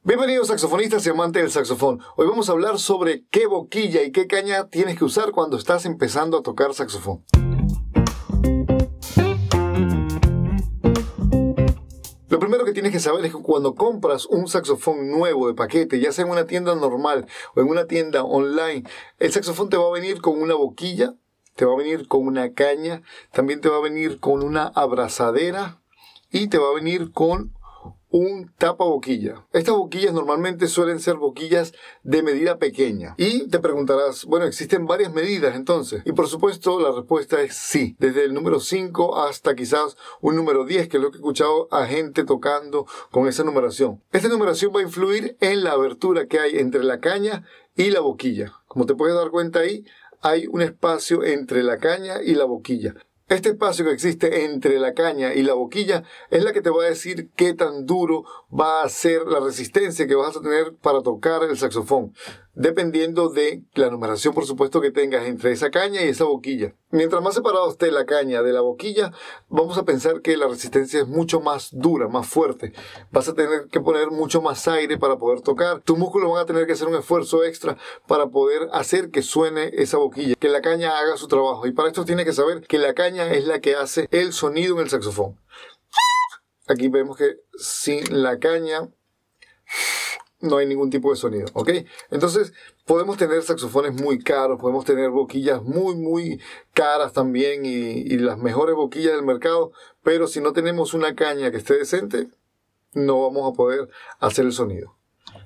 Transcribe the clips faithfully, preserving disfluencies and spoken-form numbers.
Bienvenidos saxofonistas y amantes del saxofón. Hoy vamos a hablar sobre qué boquilla y qué caña tienes que usar cuando estás empezando a tocar saxofón. Lo primero que tienes que saber es que cuando compras un saxofón nuevo de paquete, ya sea en una tienda normal o en una tienda online, el saxofón te va a venir con una boquilla, te va a venir con una caña, también te va a venir con una abrazadera y te va a venir con un tapaboquilla. Estas boquillas normalmente suelen ser boquillas de medida pequeña. Y te preguntarás, bueno, ¿existen varias medidas entonces? Y por supuesto la respuesta es sí. Desde el número cinco hasta quizás un número diez, que es lo que he escuchado a gente tocando con esa numeración. Esta numeración va a influir en la abertura que hay entre la caña y la boquilla. Como te puedes dar cuenta ahí, hay un espacio entre la caña y la boquilla. Este espacio que existe entre la caña y la boquilla es la que te va a decir qué tan duro va a ser la resistencia que vas a tener para tocar el saxofón, dependiendo de la numeración, por supuesto, que tengas entre esa caña y esa boquilla. Mientras más separado esté la caña de la boquilla, vamos a pensar que la resistencia es mucho más dura, más fuerte. Vas a tener que poner mucho más aire para poder tocar. Tus músculos van a tener que hacer un esfuerzo extra para poder hacer que suene esa boquilla, que la caña haga su trabajo. Y para esto tienes que saber que la caña es la que hace el sonido en el saxofón. Aquí vemos que sin la caña no hay ningún tipo de sonido, ¿ok? Entonces, podemos tener saxofones muy caros, podemos tener boquillas muy, muy caras también y, y las mejores boquillas del mercado, pero si no tenemos una caña que esté decente, no vamos a poder hacer el sonido.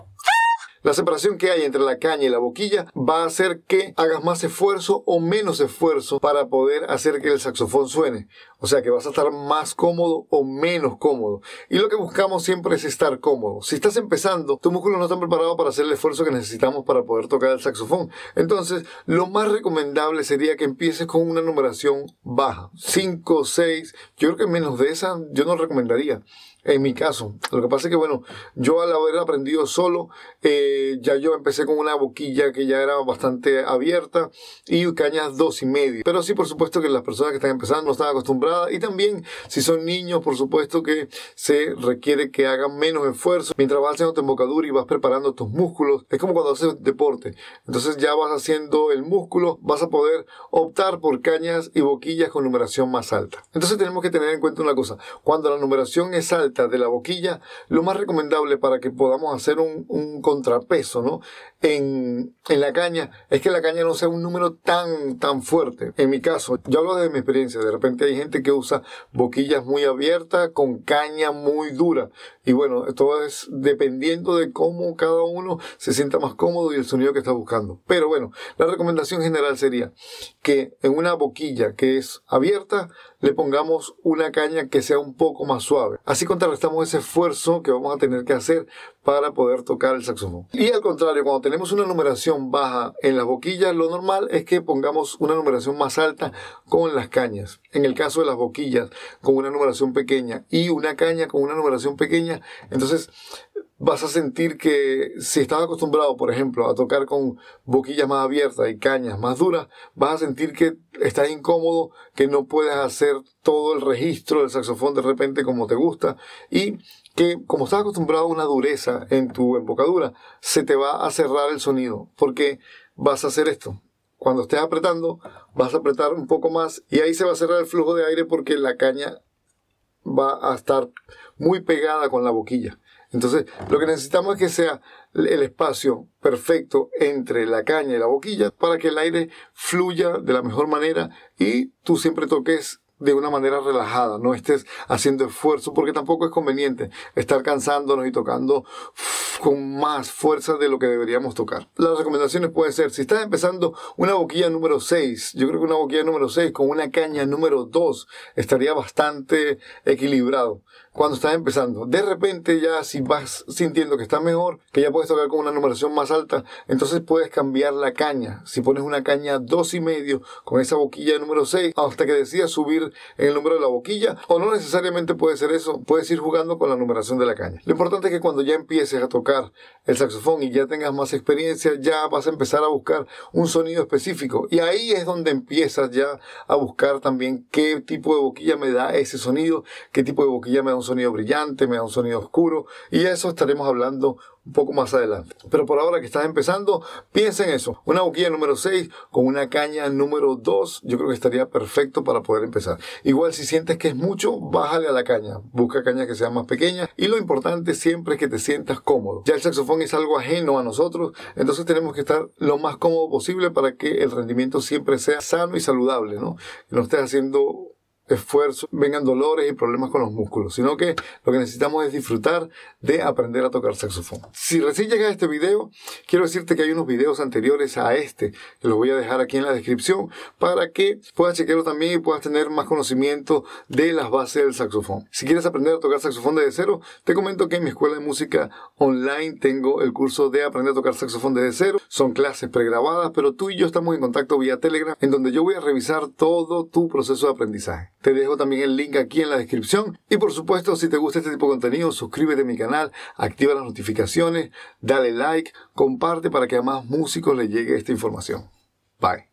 La separación que hay entre la caña y la boquilla va a hacer que hagas más esfuerzo o menos esfuerzo para poder hacer que el saxofón suene. O sea que vas a estar más cómodo o menos cómodo. Y lo que buscamos siempre es estar cómodo. Si estás empezando, tus músculos no están preparados para hacer el esfuerzo que necesitamos para poder tocar el saxofón. Entonces, lo más recomendable sería que empieces con una numeración baja. cinco, seis, yo creo que menos de esa yo no recomendaría. En mi caso, lo que pasa es que, bueno, yo al haber aprendido solo, eh, ya yo empecé con una boquilla que ya era bastante abierta y cañas dos y medio. Pero sí, por supuesto que las personas que están empezando no están acostumbradas y también si son niños, por supuesto que se requiere que hagan menos esfuerzo. Mientras vas haciendo tu embocadura y vas preparando tus músculos, es como cuando haces deporte. Entonces ya vas haciendo el músculo, vas a poder optar por cañas y boquillas con numeración más alta. Entonces tenemos que tener en cuenta una cosa, cuando la numeración es alta de la boquilla, lo más recomendable para que podamos hacer un, un contrapeso, ¿no? En, en la caña, es que la caña no sea un número tan, tan fuerte. En mi caso, yo hablo de mi experiencia, de repente hay gente que usa boquillas muy abiertas con caña muy dura. Y bueno, todo es dependiendo de cómo cada uno se sienta más cómodo y el sonido que está buscando. Pero bueno, la recomendación general sería que en una boquilla que es abierta, le pongamos una caña que sea un poco más suave. Así contrarrestamos ese esfuerzo que vamos a tener que hacer para poder tocar el saxofón. Y al contrario, cuando tenemos una numeración baja en las boquillas, lo normal es que pongamos una numeración más alta con las cañas. En el caso de las boquillas, con una numeración pequeña y una caña con una numeración pequeña, entonces vas a sentir que si estás acostumbrado, por ejemplo, a tocar con boquillas más abiertas y cañas más duras, vas a sentir que estás incómodo, que no puedes hacer todo el registro del saxofón de repente como te gusta y que como estás acostumbrado a una dureza en tu embocadura, se te va a cerrar el sonido porque vas a hacer esto. Cuando estés apretando, vas a apretar un poco más y ahí se va a cerrar el flujo de aire porque la caña va a estar muy pegada con la boquilla. Entonces, lo que necesitamos es que sea el espacio perfecto entre la caña y la boquilla para que el aire fluya de la mejor manera y tú siempre toques de una manera relajada, no estés haciendo esfuerzo porque tampoco es conveniente estar cansándonos y tocando uff, con más fuerza de lo que deberíamos tocar. Las recomendaciones pueden ser, si estás empezando una boquilla número seis, yo creo que una boquilla número seis con una caña número dos estaría bastante equilibrado cuando estás empezando. De repente ya si vas sintiendo que estás mejor, que ya puedes tocar con una numeración más alta, entonces puedes cambiar la caña. Si pones una caña dos y medio con esa boquilla número seis, hasta que decidas subir en el número de la boquilla, o no necesariamente puede ser eso, puedes ir jugando con la numeración de la caña. Lo importante es que cuando ya empieces a tocar el saxofón y ya tengas más experiencia, ya vas a empezar a buscar un sonido específico y ahí es donde empiezas ya a buscar también qué tipo de boquilla me da ese sonido, qué tipo de boquilla me da un sonido brillante, me da un sonido oscuro, y eso estaremos hablando un poco más adelante. Pero por ahora que estás empezando, piensa en eso. Una boquilla número seis con una caña número dos, yo creo que estaría perfecto para poder empezar. Igual si sientes que es mucho, bájale a la caña. Busca caña que sea más pequeña, y lo importante siempre es que te sientas cómodo. Ya el saxofón es algo ajeno a nosotros, entonces tenemos que estar lo más cómodo posible para que el rendimiento siempre sea sano y saludable, ¿no? Que no estés haciendo esfuerzo, vengan dolores y problemas con los músculos, sino que lo que necesitamos es disfrutar de aprender a tocar saxofón. Si recién llegas a este video, quiero decirte que hay unos videos anteriores a este, que los voy a dejar aquí en la descripción, para que puedas chequearlo también y puedas tener más conocimiento de las bases del saxofón. Si quieres aprender a tocar saxofón desde cero, te comento que en mi escuela de música online tengo el curso de aprender a tocar saxofón desde cero. Son clases pregrabadas, pero tú y yo estamos en contacto vía Telegram, en donde yo voy a revisar todo tu proceso de aprendizaje. Te dejo también el link aquí en la descripción. Y por supuesto, si te gusta este tipo de contenido, suscríbete a mi canal, activa las notificaciones, dale like, comparte para que a más músicos les llegue esta información. Bye.